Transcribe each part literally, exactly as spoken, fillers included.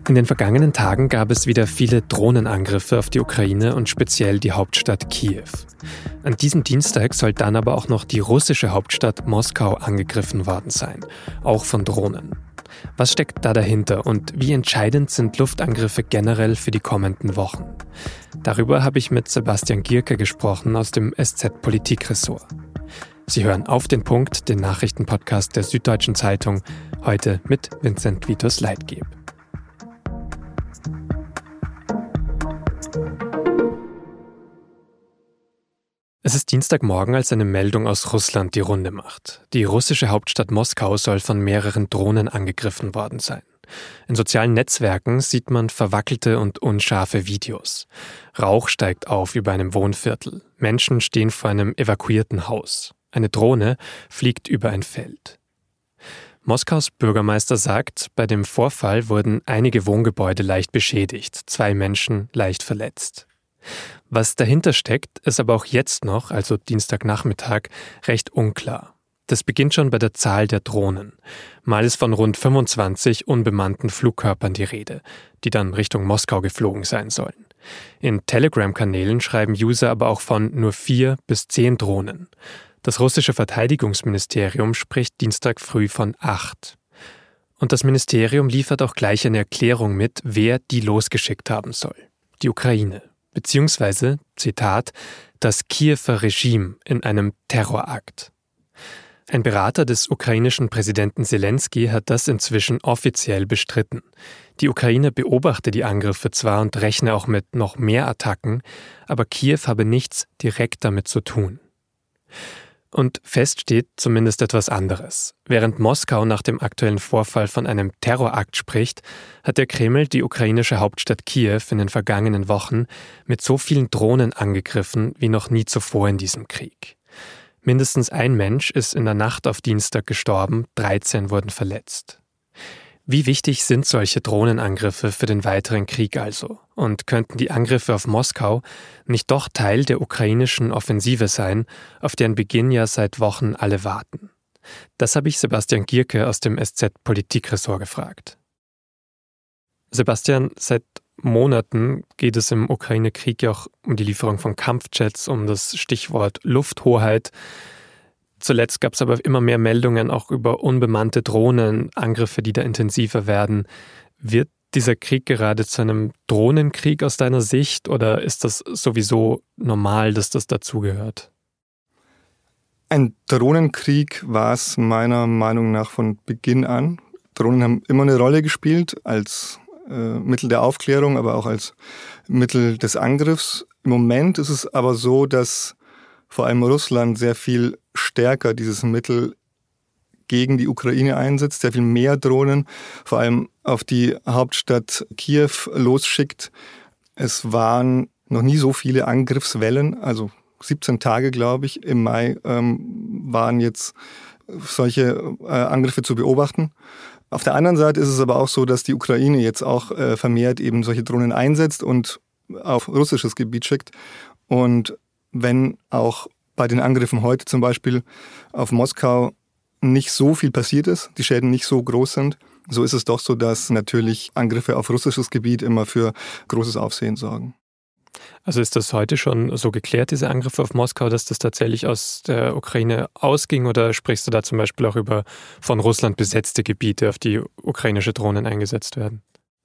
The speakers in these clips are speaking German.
In den vergangenen Tagen gab es wieder viele Drohnenangriffe auf die Ukraine und speziell die Hauptstadt Kiew. An diesem Dienstag soll dann aber auch noch die russische Hauptstadt Moskau angegriffen worden sein, auch von Drohnen. Was steckt da dahinter und wie entscheidend sind Luftangriffe generell für die kommenden Wochen? Darüber habe ich mit Sebastian Gierke gesprochen aus dem S Z-Politikressort. Sie hören Auf den Punkt, den Nachrichtenpodcast der Süddeutschen Zeitung, heute mit Vincent Vitus Leitgeb. Es ist Dienstagmorgen, als eine Meldung aus Russland die Runde macht. Die russische Hauptstadt Moskau soll von mehreren Drohnen angegriffen worden sein. In sozialen Netzwerken sieht man verwackelte und unscharfe Videos. Rauch steigt auf über einem Wohnviertel. Menschen stehen vor einem evakuierten Haus. Eine Drohne fliegt über ein Feld. Moskaus Bürgermeister sagt, bei dem Vorfall wurden einige Wohngebäude leicht beschädigt, zwei Menschen leicht verletzt. Was dahinter steckt, ist aber auch jetzt noch, also Dienstagnachmittag, recht unklar. Das beginnt schon bei der Zahl der Drohnen. Mal ist von rund fünfundzwanzig unbemannten Flugkörpern die Rede, die dann Richtung Moskau geflogen sein sollen. In Telegram-Kanälen schreiben User aber auch von nur vier bis zehn Drohnen. Das russische Verteidigungsministerium spricht Dienstag früh von acht. Und das Ministerium liefert auch gleich eine Erklärung mit, wer die losgeschickt haben soll. Die Ukraine. Beziehungsweise, Zitat, das Kiewer Regime in einem Terrorakt. Ein Berater des ukrainischen Präsidenten Selensky hat das inzwischen offiziell bestritten. Die Ukraine beobachte die Angriffe zwar und rechne auch mit noch mehr Attacken, aber Kiew habe nichts direkt damit zu tun. Und fest steht zumindest etwas anderes. Während Moskau nach dem aktuellen Vorfall von einem Terrorakt spricht, hat der Kreml die ukrainische Hauptstadt Kiew in den vergangenen Wochen mit so vielen Drohnen angegriffen wie noch nie zuvor in diesem Krieg. Mindestens ein Mensch ist in der Nacht auf Dienstag gestorben, dreizehn wurden verletzt. Wie wichtig sind solche Drohnenangriffe für den weiteren Krieg also? Und könnten die Angriffe auf Moskau nicht doch Teil der ukrainischen Offensive sein, auf deren Beginn ja seit Wochen alle warten? Das habe ich Sebastian Gierke aus dem S Z-Politikressort gefragt. Sebastian, seit Monaten geht es im Ukraine-Krieg ja auch um die Lieferung von Kampfjets, um das Stichwort Lufthoheit. Zuletzt gab es aber immer mehr Meldungen auch über unbemannte Drohnen, Angriffe, die da intensiver werden. Wird dieser Krieg gerade zu einem Drohnenkrieg aus deiner Sicht oder ist das sowieso normal, dass das dazugehört? Ein Drohnenkrieg war es meiner Meinung nach von Beginn an. Drohnen haben immer eine Rolle gespielt als äh, Mittel der Aufklärung, aber auch als Mittel des Angriffs. Im Moment ist es aber so, dass vor allem Russland sehr viel stärker dieses Mittel gegen die Ukraine einsetzt, sehr viel mehr Drohnen, vor allem auf die Hauptstadt Kiew losschickt. Es waren noch nie so viele Angriffswellen, also siebzehn Tage, glaube ich, im Mai ähm, waren jetzt solche äh, Angriffe zu beobachten. Auf der anderen Seite ist es aber auch so, dass die Ukraine jetzt auch äh, vermehrt eben solche Drohnen einsetzt und auf russisches Gebiet schickt. Und wenn auch bei den Angriffen heute zum Beispiel auf Moskau nicht so viel passiert ist, die Schäden nicht so groß sind, so ist es doch so, dass natürlich Angriffe auf russisches Gebiet immer für großes Aufsehen sorgen. Also ist das heute schon so geklärt, diese Angriffe auf Moskau, dass das tatsächlich aus der Ukraine ausging oder sprichst du da zum Beispiel auch über von Russland besetzte Gebiete, auf die ukrainische Drohnen eingesetzt werden?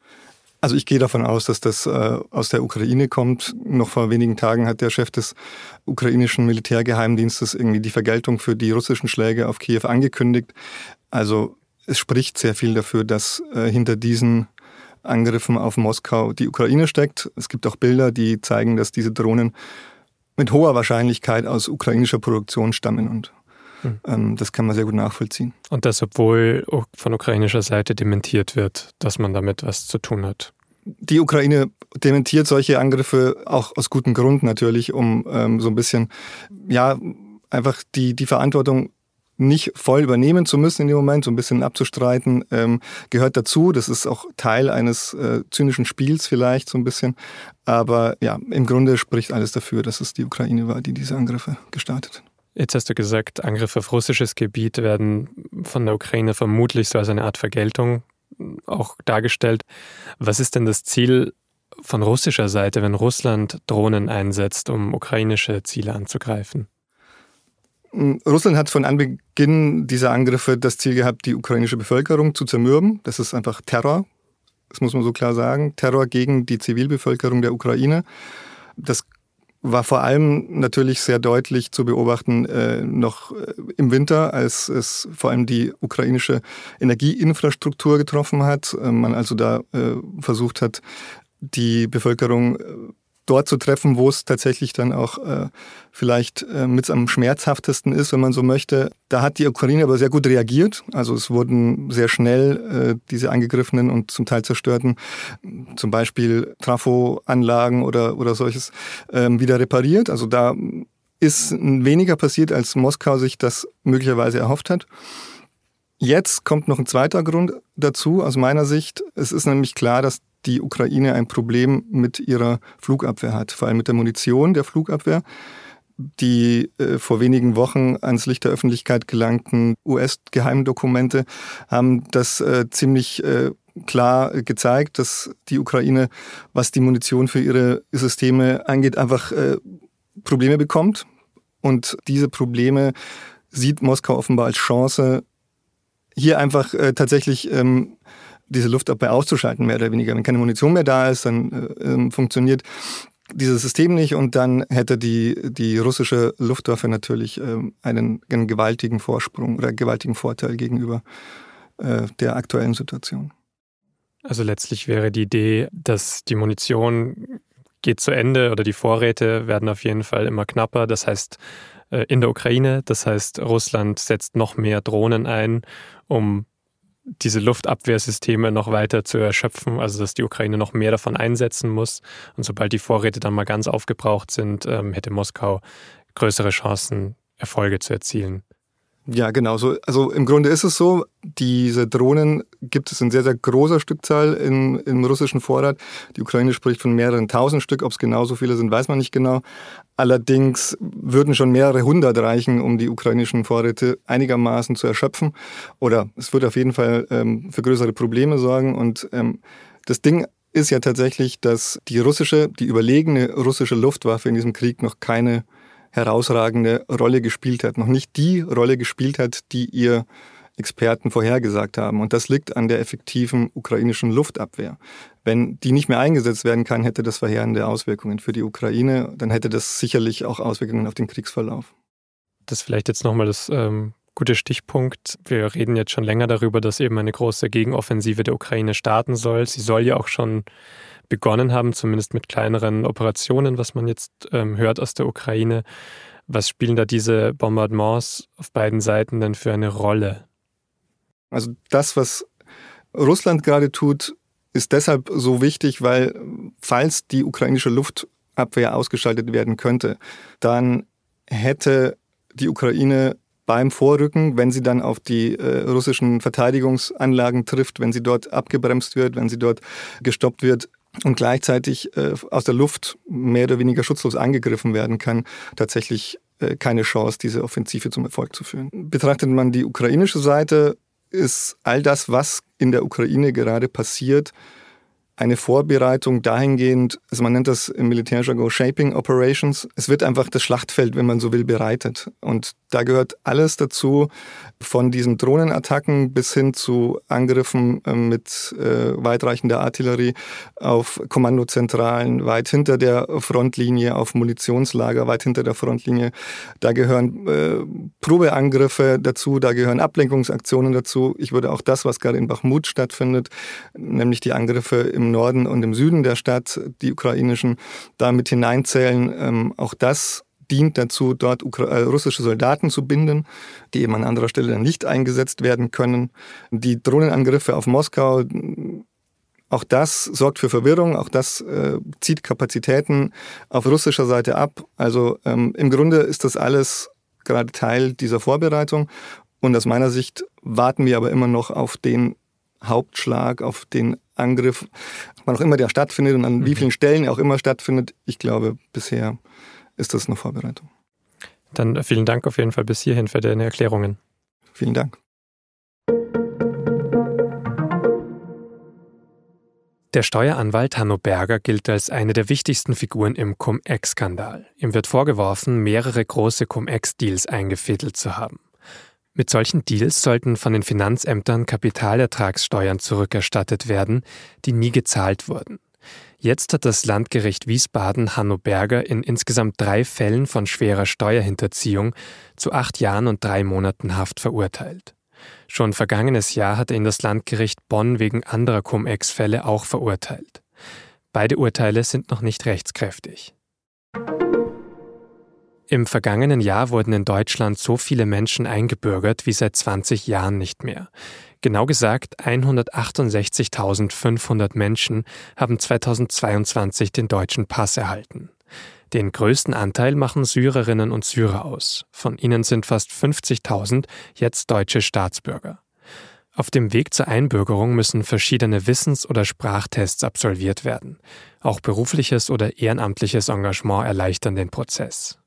Also ich gehe davon aus, dass das äh, aus der Ukraine kommt. Noch vor wenigen Tagen hat der Chef des ukrainischen Militärgeheimdienstes irgendwie die Vergeltung für die russischen Schläge auf Kiew angekündigt. Also es spricht sehr viel dafür, dass äh, hinter diesen Angriffen auf Moskau die Ukraine steckt. Es gibt auch Bilder, die zeigen, dass diese Drohnen mit hoher Wahrscheinlichkeit aus ukrainischer Produktion stammen und hm. ähm, das kann man sehr gut nachvollziehen. Und das, obwohl von ukrainischer Seite dementiert wird, dass man damit was zu tun hat. Die Ukraine dementiert solche Angriffe auch aus gutem Grund natürlich, um ähm, so ein bisschen, ja, einfach die, die Verantwortung nicht voll übernehmen zu müssen in dem Moment, so ein bisschen abzustreiten, ähm, gehört dazu. Das ist auch Teil eines äh, zynischen Spiels vielleicht so ein bisschen. Aber ja, im Grunde spricht alles dafür, dass es die Ukraine war, die diese Angriffe gestartet hat. Jetzt hast du gesagt, Angriffe auf russisches Gebiet werden von der Ukraine vermutlich so als eine Art Vergeltung auch dargestellt. Was ist denn das Ziel von russischer Seite, wenn Russland Drohnen einsetzt, um ukrainische Ziele anzugreifen? Russland hat von Anbeginn dieser Angriffe das Ziel gehabt, die ukrainische Bevölkerung zu zermürben. Das ist einfach Terror, das muss man so klar sagen. Terror gegen die Zivilbevölkerung der Ukraine. Das war vor allem natürlich sehr deutlich zu beobachten äh, noch im Winter, als es vor allem die ukrainische Energieinfrastruktur getroffen hat. Äh, man also da äh, versucht hat, die Bevölkerung dort zu treffen, wo es tatsächlich dann auch äh, vielleicht äh, mit am schmerzhaftesten ist, wenn man so möchte. Da hat die Ukraine aber sehr gut reagiert. Also es wurden sehr schnell äh, diese angegriffenen und zum Teil zerstörten, zum Beispiel Trafoanlagen oder, oder solches, äh, wieder repariert. Also da ist weniger passiert, als Moskau sich das möglicherweise erhofft hat. Jetzt kommt noch ein zweiter Grund dazu, aus meiner Sicht. Es ist nämlich klar, dass die Ukraine ein Problem mit ihrer Flugabwehr hat, vor allem mit der Munition der Flugabwehr. Die äh, vor wenigen Wochen ans Licht der Öffentlichkeit gelangten U S-Geheimdokumente haben das äh, ziemlich äh, klar gezeigt, dass die Ukraine, was die Munition für ihre Systeme angeht, einfach äh, Probleme bekommt. Und diese Probleme sieht Moskau offenbar als Chance, hier einfach äh, tatsächlich ähm, diese Luftabwehr auszuschalten, mehr oder weniger. Wenn keine Munition mehr da ist, dann äh, funktioniert dieses System nicht und dann hätte die, die russische Luftwaffe natürlich äh, einen, einen gewaltigen Vorsprung oder gewaltigen Vorteil gegenüber äh, der aktuellen Situation. Also letztlich wäre die Idee, dass die Munition geht zu Ende oder die Vorräte werden auf jeden Fall immer knapper. Das heißt, äh, in der Ukraine, das heißt, Russland setzt noch mehr Drohnen ein, um diese Luftabwehrsysteme noch weiter zu erschöpfen, also dass die Ukraine noch mehr davon einsetzen muss. Und sobald die Vorräte dann mal ganz aufgebraucht sind, ähm, hätte Moskau größere Chancen, Erfolge zu erzielen. Ja, genau. So, also im Grunde ist es so, diese Drohnen gibt es in sehr, sehr großer Stückzahl in, im russischen Vorrat. Die Ukraine spricht von mehreren tausend Stück. Ob es genau so viele sind, weiß man nicht genau. Allerdings würden schon mehrere hundert reichen, um die ukrainischen Vorräte einigermaßen zu erschöpfen. Oder es würde auf jeden Fall ähm, für größere Probleme sorgen. Und ähm, das Ding ist ja tatsächlich, dass die russische, die überlegene russische Luftwaffe in diesem Krieg noch keine herausragende Rolle gespielt hat, noch nicht die Rolle gespielt hat, die ihr Experten vorhergesagt haben. Und das liegt an der effektiven ukrainischen Luftabwehr. Wenn die nicht mehr eingesetzt werden kann, hätte das verheerende Auswirkungen für die Ukraine. Dann hätte das sicherlich auch Auswirkungen auf den Kriegsverlauf. Das ist vielleicht jetzt nochmal das ähm, gute Stichpunkt. Wir reden jetzt schon länger darüber, dass eben eine große Gegenoffensive der Ukraine starten soll. Sie soll ja auch schon begonnen haben, zumindest mit kleineren Operationen, was man jetzt ähm, hört aus der Ukraine. Was spielen da diese Bombardements auf beiden Seiten denn für eine Rolle? Also das, was Russland gerade tut, ist deshalb so wichtig, weil falls die ukrainische Luftabwehr ausgeschaltet werden könnte, dann hätte die Ukraine beim Vorrücken, wenn sie dann auf die äh, russischen Verteidigungsanlagen trifft, wenn sie dort abgebremst wird, wenn sie dort gestoppt wird, und gleichzeitig äh, aus der Luft mehr oder weniger schutzlos angegriffen werden kann, tatsächlich äh, keine Chance, diese Offensive zum Erfolg zu führen. Betrachtet man die ukrainische Seite, ist all das, was in der Ukraine gerade passiert, eine Vorbereitung dahingehend, also man nennt das im Militärjargon Shaping Operations. Es wird einfach das Schlachtfeld, wenn man so will, bereitet. Und da gehört alles dazu, von diesen Drohnenattacken bis hin zu Angriffen mit äh, weitreichender Artillerie auf Kommandozentralen, weit hinter der Frontlinie, auf Munitionslager, weit hinter der Frontlinie. Da gehören äh, Probeangriffe dazu, da gehören Ablenkungsaktionen dazu. Ich würde auch das, was gerade in Bachmut stattfindet, nämlich die Angriffe im Norden und im Süden der Stadt, die ukrainischen, da mit hineinzählen. Ähm, auch das dient dazu, dort Ukra- äh, russische Soldaten zu binden, die eben an anderer Stelle dann nicht eingesetzt werden können. Die Drohnenangriffe auf Moskau, auch das sorgt für Verwirrung, auch das äh, zieht Kapazitäten auf russischer Seite ab. Also ähm, im Grunde ist das alles gerade Teil dieser Vorbereitung. Und aus meiner Sicht warten wir aber immer noch auf den Hauptschlag, auf den Angriff, wann auch immer der stattfindet und an mhm. wie vielen Stellen er auch immer stattfindet. Ich glaube, bisher ist das noch Vorbereitung. Dann vielen Dank auf jeden Fall bis hierhin für deine Erklärungen. Vielen Dank. Der Steueranwalt Hanno Berger gilt als eine der wichtigsten Figuren im Cum-Ex-Skandal. Ihm wird vorgeworfen, mehrere große Cum-Ex-Deals eingefädelt zu haben. Mit solchen Deals sollten von den Finanzämtern Kapitalertragssteuern zurückerstattet werden, die nie gezahlt wurden. Jetzt hat das Landgericht Wiesbaden Hanno Berger in insgesamt drei Fällen von schwerer Steuerhinterziehung zu acht Jahren und drei Monaten Haft verurteilt. Schon vergangenes Jahr hatte ihn das Landgericht Bonn wegen anderer Cum-Ex-Fälle auch verurteilt. Beide Urteile sind noch nicht rechtskräftig. Im vergangenen Jahr wurden in Deutschland so viele Menschen eingebürgert wie seit zwanzig Jahren nicht mehr. Genau gesagt, hundertachtundsechzigtausendfünfhundert Menschen haben zweitausendzweiundzwanzig den deutschen Pass erhalten. Den größten Anteil machen Syrerinnen und Syrer aus. Von ihnen sind fast fünfzigtausend jetzt deutsche Staatsbürger. Auf dem Weg zur Einbürgerung müssen verschiedene Wissens- oder Sprachtests absolviert werden. Auch berufliches oder ehrenamtliches Engagement erleichtern den Prozess.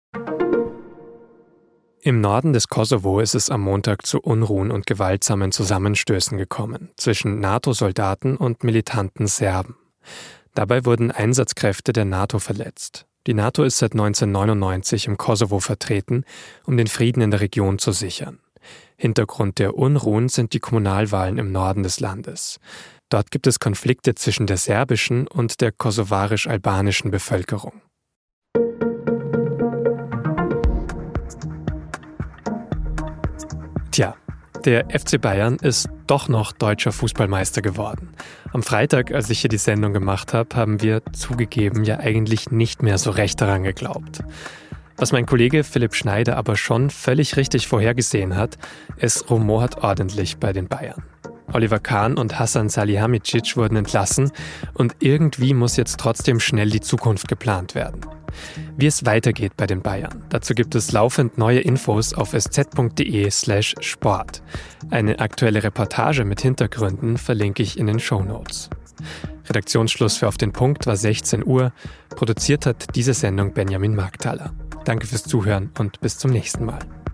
Im Norden des Kosovo ist es am Montag zu Unruhen und gewaltsamen Zusammenstößen gekommen zwischen NATO-Soldaten und militanten Serben. Dabei wurden Einsatzkräfte der NATO verletzt. Die NATO ist seit neunzehnhundertneunundneunzig im Kosovo vertreten, um den Frieden in der Region zu sichern. Hintergrund der Unruhen sind die Kommunalwahlen im Norden des Landes. Dort gibt es Konflikte zwischen der serbischen und der kosovarisch-albanischen Bevölkerung. Tja, der F C Bayern ist doch noch deutscher Fußballmeister geworden. Am Freitag, als ich hier die Sendung gemacht habe, haben wir zugegeben ja eigentlich nicht mehr so recht daran geglaubt. Was mein Kollege Philipp Schneider aber schon völlig richtig vorhergesehen hat, es rumort ordentlich bei den Bayern. Oliver Kahn und Hasan Salihamidzic wurden entlassen und irgendwie muss jetzt trotzdem schnell die Zukunft geplant werden. Wie es weitergeht bei den Bayern, dazu gibt es laufend neue Infos auf sz.de slash sport. Eine aktuelle Reportage mit Hintergründen verlinke ich in den Shownotes. Redaktionsschluss für Auf den Punkt war sechzehn Uhr. Produziert hat diese Sendung Benjamin Markthaler. Danke fürs Zuhören und bis zum nächsten Mal.